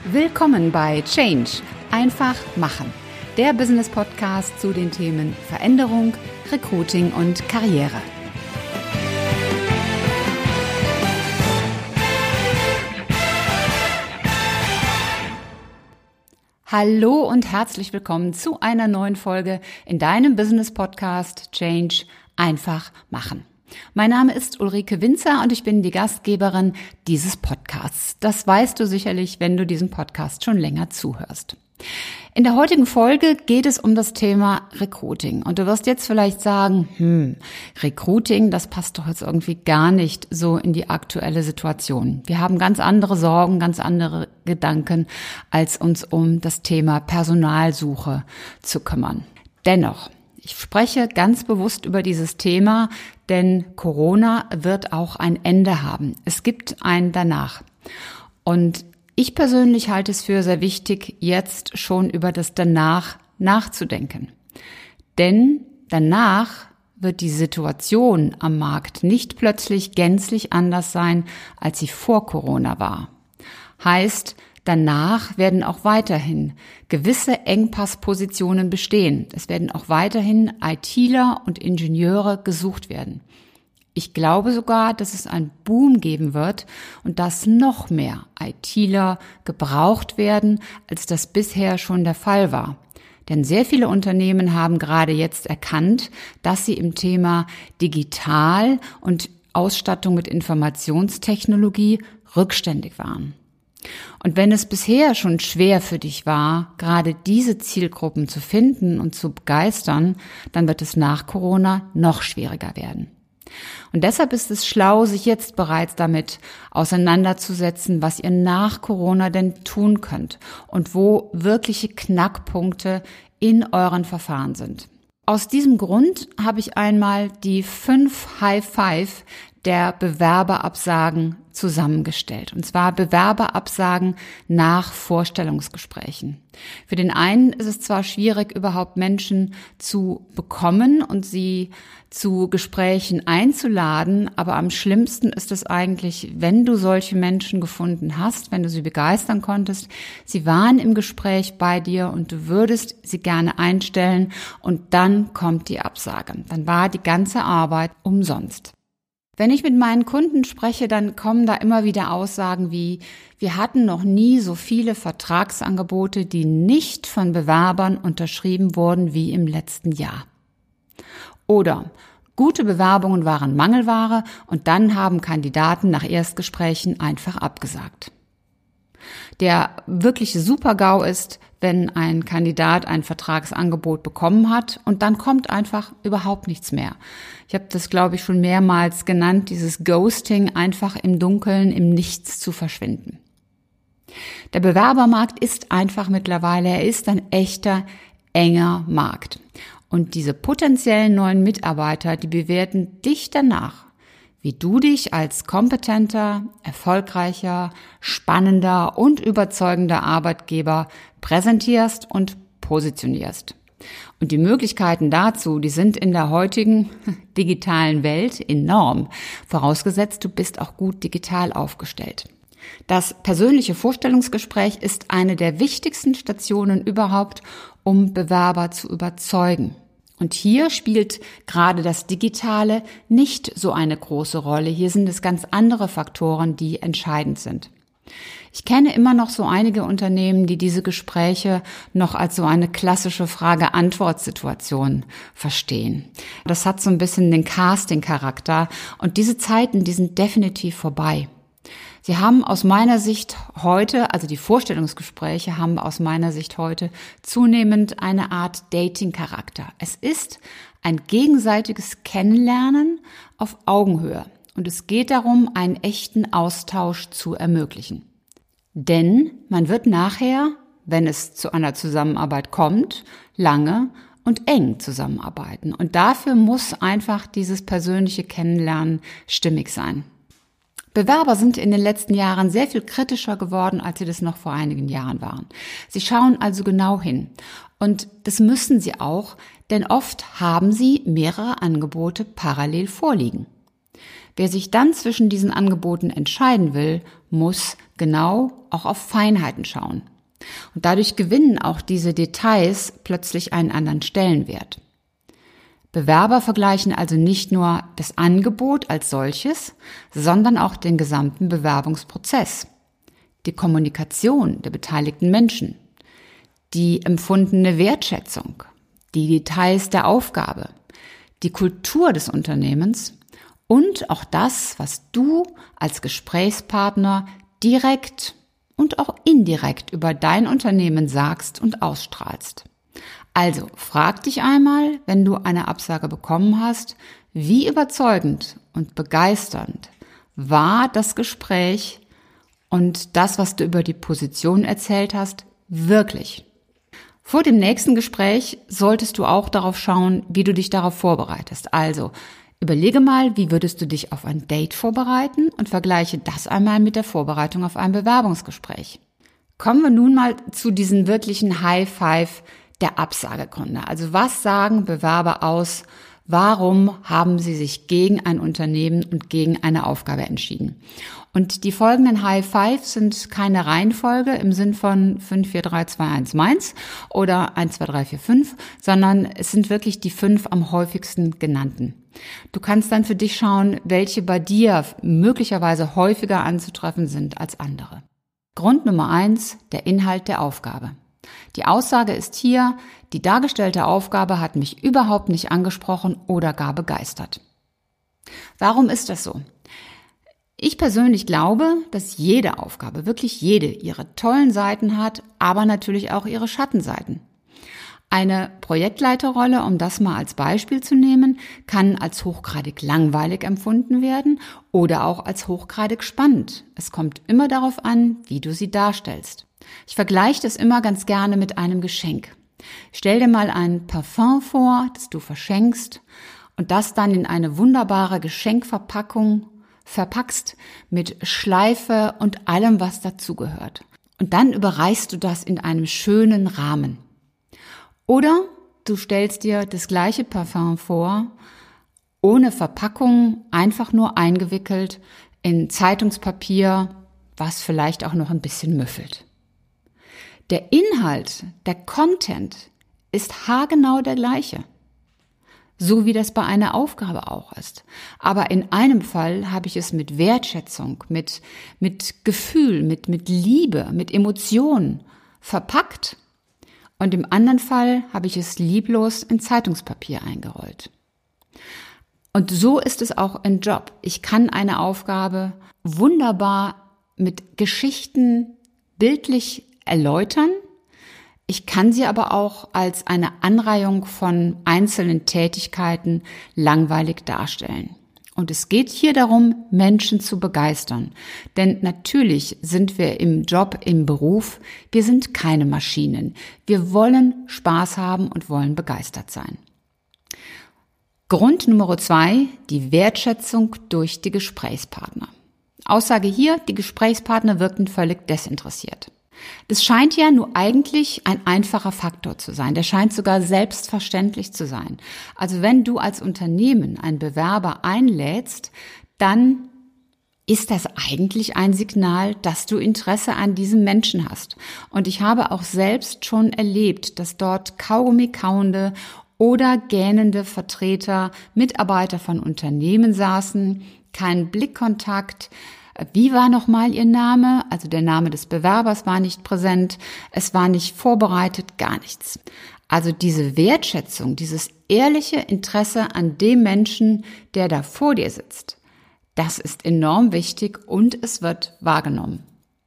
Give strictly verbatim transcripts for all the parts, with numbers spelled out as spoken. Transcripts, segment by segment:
Willkommen bei Change. Einfach machen. Der Business-Podcast zu den Themen Veränderung, Recruiting und Karriere. Hallo und herzlich willkommen zu einer neuen Folge in deinem Business-Podcast Change. Einfach machen. Mein Name ist Ulrike Winzer und ich bin die Gastgeberin dieses Podcasts. Das weißt du sicherlich, wenn du diesem Podcast schon länger zuhörst. In der heutigen Folge geht es um das Thema Recruiting. Und du wirst jetzt vielleicht sagen, hm, Recruiting, das passt doch jetzt irgendwie gar nicht so in die aktuelle Situation. Wir haben ganz andere Sorgen, ganz andere Gedanken, als uns um das Thema Personalsuche zu kümmern. Dennoch, ich spreche ganz bewusst über dieses Thema, denn Corona wird auch ein Ende haben. Es gibt ein Danach. Und ich persönlich halte es für sehr wichtig, jetzt schon über das Danach nachzudenken. Denn danach wird die Situation am Markt nicht plötzlich gänzlich anders sein, als sie vor Corona war. Heißt, danach werden auch weiterhin gewisse Engpasspositionen bestehen. Es werden auch weiterhin ITler und Ingenieure gesucht werden. Ich glaube sogar, dass es einen Boom geben wird und dass noch mehr ITler gebraucht werden, als das bisher schon der Fall war. Denn sehr viele Unternehmen haben gerade jetzt erkannt, dass sie im Thema Digital und Ausstattung mit Informationstechnologie rückständig waren. Und wenn es bisher schon schwer für dich war, gerade diese Zielgruppen zu finden und zu begeistern, dann wird es nach Corona noch schwieriger werden. Und deshalb ist es schlau, sich jetzt bereits damit auseinanderzusetzen, was ihr nach Corona denn tun könnt und wo wirkliche Knackpunkte in euren Verfahren sind. Aus diesem Grund habe ich einmal die fünf High Five der Bewerberabsagen zusammengestellt. Und zwar Bewerberabsagen nach Vorstellungsgesprächen. Für den einen ist es zwar schwierig, überhaupt Menschen zu bekommen und sie zu Gesprächen einzuladen, aber am schlimmsten ist es eigentlich, wenn du solche Menschen gefunden hast, wenn du sie begeistern konntest, sie waren im Gespräch bei dir und du würdest sie gerne einstellen und dann kommt die Absage. Dann war die ganze Arbeit umsonst. Wenn ich mit meinen Kunden spreche, dann kommen da immer wieder Aussagen wie, wir hatten noch nie so viele Vertragsangebote, die nicht von Bewerbern unterschrieben wurden wie im letzten Jahr. Oder gute Bewerbungen waren Mangelware und dann haben Kandidaten nach Erstgesprächen einfach abgesagt. Der wirkliche Super-GAU ist, wenn ein Kandidat ein Vertragsangebot bekommen hat und dann kommt einfach überhaupt nichts mehr. Ich habe das, glaube ich, schon mehrmals genannt, dieses Ghosting, einfach im Dunkeln, im Nichts zu verschwinden. Der Bewerbermarkt ist einfach mittlerweile, er ist ein echter, enger Markt. Und diese potenziellen neuen Mitarbeiter, die bewerten dich danach, wie du dich als kompetenter, erfolgreicher, spannender und überzeugender Arbeitgeber präsentierst und positionierst. Und die Möglichkeiten dazu, die sind in der heutigen digitalen Welt enorm, vorausgesetzt du bist auch gut digital aufgestellt. Das persönliche Vorstellungsgespräch ist eine der wichtigsten Stationen überhaupt, um Bewerber zu überzeugen. Und hier spielt gerade das Digitale nicht so eine große Rolle. Hier sind es ganz andere Faktoren, die entscheidend sind. Ich kenne immer noch so einige Unternehmen, die diese Gespräche noch als so eine klassische Frage-Antwort-Situation verstehen. Das hat so ein bisschen den Casting-Charakter und diese Zeiten, die sind definitiv vorbei. Sie haben aus meiner Sicht heute, also die Vorstellungsgespräche haben aus meiner Sicht heute zunehmend eine Art Dating-Charakter. Es ist ein gegenseitiges Kennenlernen auf Augenhöhe und es geht darum, einen echten Austausch zu ermöglichen. Denn man wird nachher, wenn es zu einer Zusammenarbeit kommt, lange und eng zusammenarbeiten. Und dafür muss einfach dieses persönliche Kennenlernen stimmig sein. Bewerber sind in den letzten Jahren sehr viel kritischer geworden, als sie das noch vor einigen Jahren waren. Sie schauen also genau hin. Und das müssen sie auch, denn oft haben sie mehrere Angebote parallel vorliegen. Wer sich dann zwischen diesen Angeboten entscheiden will, muss genau auch auf Feinheiten schauen. Und dadurch gewinnen auch diese Details plötzlich einen anderen Stellenwert. Bewerber vergleichen also nicht nur das Angebot als solches, sondern auch den gesamten Bewerbungsprozess, die Kommunikation der beteiligten Menschen, die empfundene Wertschätzung, die Details der Aufgabe, die Kultur des Unternehmens und auch das, was du als Gesprächspartner direkt und auch indirekt über dein Unternehmen sagst und ausstrahlst. Also frag dich einmal, wenn du eine Absage bekommen hast, wie überzeugend und begeisternd war das Gespräch und das, was du über die Position erzählt hast, wirklich. Vor dem nächsten Gespräch solltest du auch darauf schauen, wie du dich darauf vorbereitest. Also überlege mal, wie würdest du dich auf ein Date vorbereiten und vergleiche das einmal mit der Vorbereitung auf ein Bewerbungsgespräch. Kommen wir nun mal zu diesen wirklichen High Five der Absagegründe. Also was sagen Bewerber aus? Warum haben sie sich gegen ein Unternehmen und gegen eine Aufgabe entschieden? Und die folgenden High Five sind keine Reihenfolge im Sinn von fünf, vier, drei, zwei, eins, meins oder eins, zwei, drei, vier, fünf, sondern es sind wirklich die fünf am häufigsten genannten. Du kannst dann für dich schauen, welche bei dir möglicherweise häufiger anzutreffen sind als andere. Grund Nummer eins, der Inhalt der Aufgabe. Die Aussage ist hier, die dargestellte Aufgabe hat mich überhaupt nicht angesprochen oder gar begeistert. Warum ist das so? Ich persönlich glaube, dass jede Aufgabe, wirklich jede, ihre tollen Seiten hat, aber natürlich auch ihre Schattenseiten. Eine Projektleiterrolle, um das mal als Beispiel zu nehmen, kann als hochgradig langweilig empfunden werden oder auch als hochgradig spannend. Es kommt immer darauf an, wie du sie darstellst. Ich vergleiche das immer ganz gerne mit einem Geschenk. Stell dir mal ein Parfum vor, das du verschenkst und das dann in eine wunderbare Geschenkverpackung verpackst mit Schleife und allem, was dazugehört. Und dann überreichst du das in einem schönen Rahmen. Oder du stellst dir das gleiche Parfum vor, ohne Verpackung, einfach nur eingewickelt in Zeitungspapier, was vielleicht auch noch ein bisschen müffelt. Der Inhalt, der Content ist haargenau der gleiche. So wie das bei einer Aufgabe auch ist. Aber in einem Fall habe ich es mit Wertschätzung, mit, mit Gefühl, mit, mit Liebe, mit Emotionen verpackt. Und im anderen Fall habe ich es lieblos in Zeitungspapier eingerollt. Und so ist es auch im Job. Ich kann eine Aufgabe wunderbar mit Geschichten bildlich erläutern. Ich kann sie aber auch als eine Anreihung von einzelnen Tätigkeiten langweilig darstellen. Und es geht hier darum, Menschen zu begeistern. Denn natürlich sind wir im Job, im Beruf, wir sind keine Maschinen. Wir wollen Spaß haben und wollen begeistert sein. Grund Nummer zwei, die Wertschätzung durch die Gesprächspartner. Aussage hier, die Gesprächspartner wirkten völlig desinteressiert. Das scheint ja nur eigentlich ein einfacher Faktor zu sein. Der scheint sogar selbstverständlich zu sein. Also wenn du als Unternehmen einen Bewerber einlädst, dann ist das eigentlich ein Signal, dass du Interesse an diesem Menschen hast. Und ich habe auch selbst schon erlebt, dass dort Kaugummi kauende oder gähnende Vertreter, Mitarbeiter von Unternehmen saßen, kein Blickkontakt. Wie war nochmal Ihr Name? Also der Name des Bewerbers war nicht präsent, es war nicht vorbereitet, gar nichts. Also diese Wertschätzung, dieses ehrliche Interesse an dem Menschen, der da vor dir sitzt, das ist enorm wichtig und es wird wahrgenommen.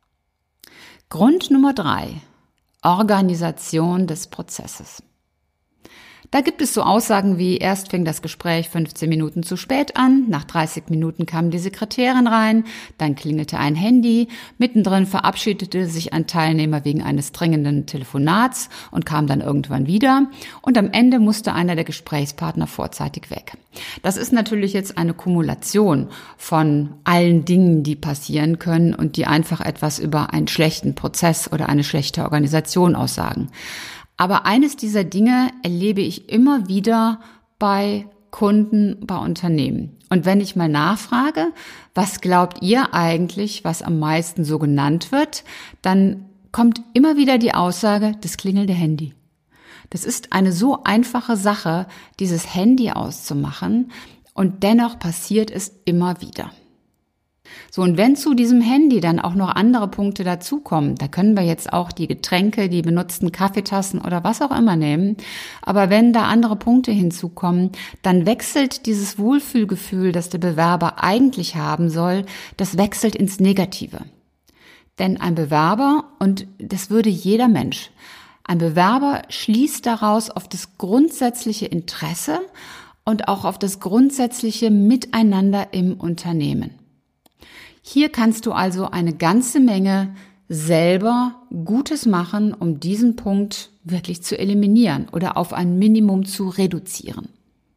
Grund Nummer drei, Organisation des Prozesses. Da gibt es so Aussagen wie, erst fing das Gespräch fünfzehn Minuten zu spät an, nach dreißig Minuten kam die Sekretärin rein, dann klingelte ein Handy, mittendrin verabschiedete sich ein Teilnehmer wegen eines dringenden Telefonats und kam dann irgendwann wieder und am Ende musste einer der Gesprächspartner vorzeitig weg. Das ist natürlich jetzt eine Kumulation von allen Dingen, die passieren können und die einfach etwas über einen schlechten Prozess oder eine schlechte Organisation aussagen. Aber eines dieser Dinge erlebe ich immer wieder bei Kunden, bei Unternehmen. Und wenn ich mal nachfrage, was glaubt ihr eigentlich, was am meisten so genannt wird, dann kommt immer wieder die Aussage, das klingelnde Handy. Das ist eine so einfache Sache, dieses Handy auszumachen, und dennoch passiert es immer wieder. So, und wenn zu diesem Handy dann auch noch andere Punkte dazukommen, da können wir jetzt auch die Getränke, die benutzten Kaffeetassen oder was auch immer nehmen, aber wenn da andere Punkte hinzukommen, dann wechselt dieses Wohlfühlgefühl, das der Bewerber eigentlich haben soll, das wechselt ins Negative. Denn ein Bewerber, und das würde jeder Mensch, ein Bewerber schließt daraus auf das grundsätzliche Interesse und auch auf das grundsätzliche Miteinander im Unternehmen. Hier kannst du also eine ganze Menge selber Gutes machen, um diesen Punkt wirklich zu eliminieren oder auf ein Minimum zu reduzieren.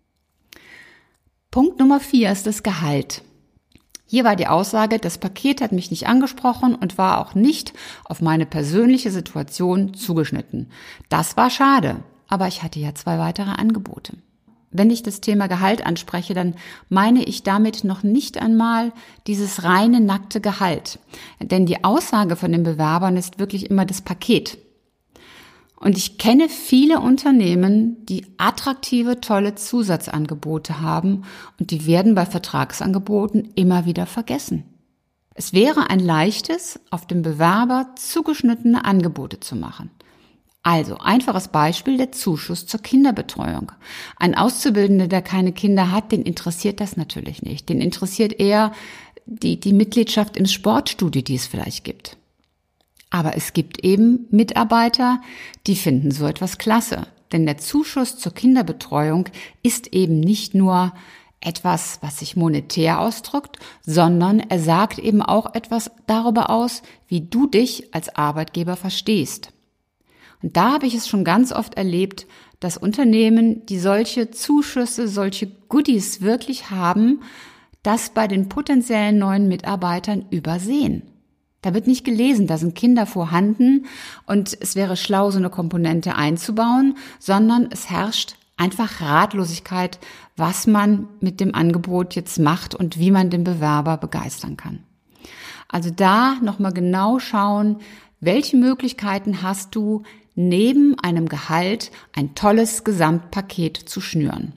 Punkt Nummer vier ist das Gehalt. Hier war die Aussage, das Paket hat mich nicht angesprochen und war auch nicht auf meine persönliche Situation zugeschnitten. Das war schade, aber ich hatte ja zwei weitere Angebote. Wenn ich das Thema Gehalt anspreche, dann meine ich damit noch nicht einmal dieses reine nackte Gehalt. Denn die Aussage von den Bewerbern ist wirklich immer das Paket. Und ich kenne viele Unternehmen, die attraktive, tolle Zusatzangebote haben, und die werden bei Vertragsangeboten immer wieder vergessen. Es wäre ein leichtes, auf den Bewerber zugeschnittene Angebote zu machen. Also, einfaches Beispiel, der Zuschuss zur Kinderbetreuung. Ein Auszubildender, der keine Kinder hat, den interessiert das natürlich nicht. Den interessiert eher die, die Mitgliedschaft im Sportstudio, die es vielleicht gibt. Aber es gibt eben Mitarbeiter, die finden so etwas klasse. Denn der Zuschuss zur Kinderbetreuung ist eben nicht nur etwas, was sich monetär ausdrückt, sondern er sagt eben auch etwas darüber aus, wie du dich als Arbeitgeber verstehst. Und da habe ich es schon ganz oft erlebt, dass Unternehmen, die solche Zuschüsse, solche Goodies wirklich haben, das bei den potenziellen neuen Mitarbeitern übersehen. Da wird nicht gelesen, da sind Kinder vorhanden und es wäre schlau, so eine Komponente einzubauen, sondern es herrscht einfach Ratlosigkeit, was man mit dem Angebot jetzt macht und wie man den Bewerber begeistern kann. Also da nochmal genau schauen, welche Möglichkeiten hast du, neben einem Gehalt ein tolles Gesamtpaket zu schnüren.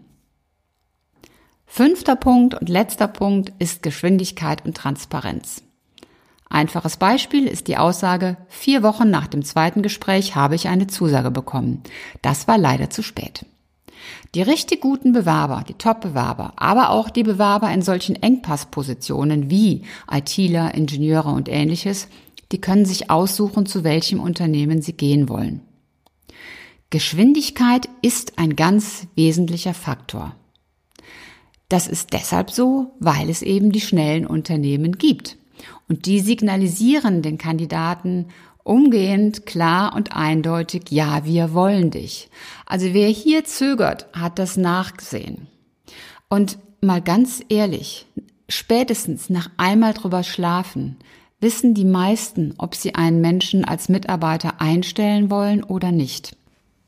Fünfter Punkt und letzter Punkt ist Geschwindigkeit und Transparenz. Einfaches Beispiel ist die Aussage, vier Wochen nach dem zweiten Gespräch habe ich eine Zusage bekommen. Das war leider zu spät. Die richtig guten Bewerber, die Top-Bewerber, aber auch die Bewerber in solchen Engpasspositionen wie ITler, Ingenieure und Ähnliches, die können sich aussuchen, zu welchem Unternehmen sie gehen wollen. Geschwindigkeit ist ein ganz wesentlicher Faktor. Das ist deshalb so, weil es eben die schnellen Unternehmen gibt. Und die signalisieren den Kandidaten umgehend, klar und eindeutig, ja, wir wollen dich. Also wer hier zögert, hat das nachgesehen. Und mal ganz ehrlich, spätestens nach einmal drüber schlafen, wissen die meisten, ob sie einen Menschen als Mitarbeiter einstellen wollen oder nicht.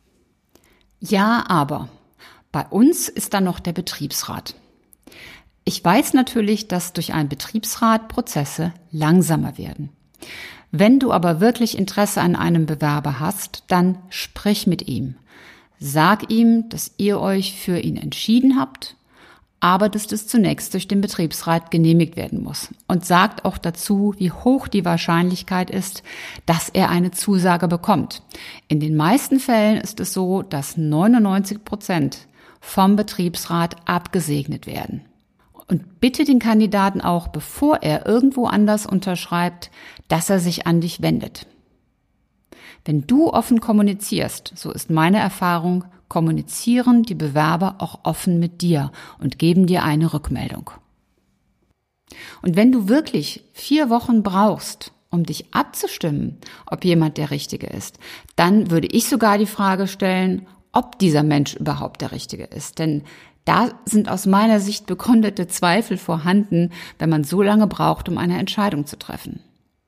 Ja, aber bei uns ist dann noch der Betriebsrat. Ich weiß natürlich, dass durch einen Betriebsrat Prozesse langsamer werden. Wenn du aber wirklich Interesse an einem Bewerber hast, dann sprich mit ihm. Sag ihm, dass ihr euch für ihn entschieden habt, aber dass das zunächst durch den Betriebsrat genehmigt werden muss. Und sagt auch dazu, wie hoch die Wahrscheinlichkeit ist, dass er eine Zusage bekommt. In den meisten Fällen ist es so, dass neunundneunzig Prozent vom Betriebsrat abgesegnet werden. Und bitte den Kandidaten auch, bevor er irgendwo anders unterschreibt, dass er sich an dich wendet. Wenn du offen kommunizierst, so ist meine Erfahrung, kommunizieren die Bewerber auch offen mit dir und geben dir eine Rückmeldung. Und wenn du wirklich vier Wochen brauchst, um dich abzustimmen, ob jemand der Richtige ist, dann würde ich sogar die Frage stellen, ob dieser Mensch überhaupt der Richtige ist. Denn da sind aus meiner Sicht begründete Zweifel vorhanden, wenn man so lange braucht, um eine Entscheidung zu treffen.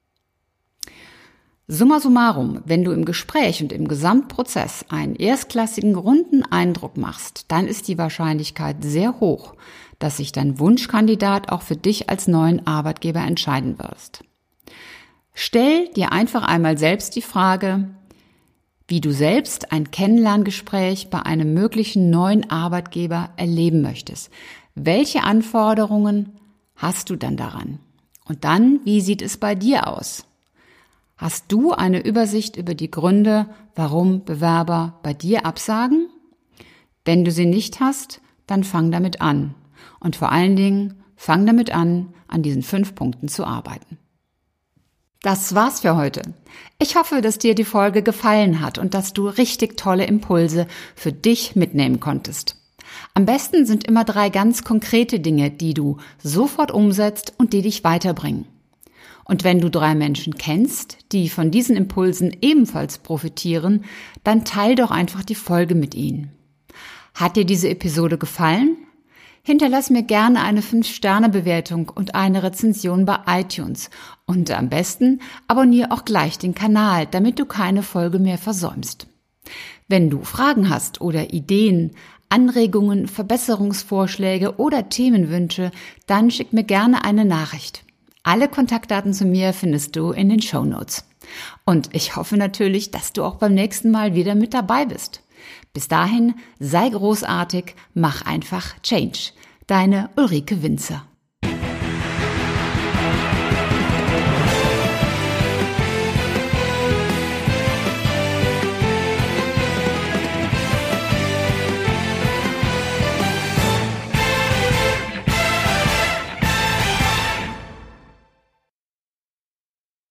Summa summarum, wenn du im Gespräch und im Gesamtprozess einen erstklassigen, runden Eindruck machst, dann ist die Wahrscheinlichkeit sehr hoch, dass sich dein Wunschkandidat auch für dich als neuen Arbeitgeber entscheiden wirst. Stell dir einfach einmal selbst die Frage, wie du selbst ein Kennenlerngespräch bei einem möglichen neuen Arbeitgeber erleben möchtest. Welche Anforderungen hast du dann daran? Und dann, wie sieht es bei dir aus? Hast du eine Übersicht über die Gründe, warum Bewerber bei dir absagen? Wenn du sie nicht hast, dann fang damit an. Und vor allen Dingen, fang damit an, an diesen fünf Punkten zu arbeiten. Das war's für heute. Ich hoffe, dass dir die Folge gefallen hat und dass du richtig tolle Impulse für dich mitnehmen konntest. Am besten sind immer drei ganz konkrete Dinge, die du sofort umsetzt und die dich weiterbringen. Und wenn du drei Menschen kennst, die von diesen Impulsen ebenfalls profitieren, dann teil doch einfach die Folge mit ihnen. Hat dir diese Episode gefallen? Hinterlass mir gerne eine fünf Sterne Bewertung und eine Rezension bei iTunes. Und am besten abonniere auch gleich den Kanal, damit du keine Folge mehr versäumst. Wenn du Fragen hast oder Ideen, Anregungen, Verbesserungsvorschläge oder Themenwünsche, dann schick mir gerne eine Nachricht. Alle Kontaktdaten zu mir findest du in den Shownotes. Und ich hoffe natürlich, dass du auch beim nächsten Mal wieder mit dabei bist. Bis dahin, sei großartig, mach einfach Change. Deine Ulrike Winzer.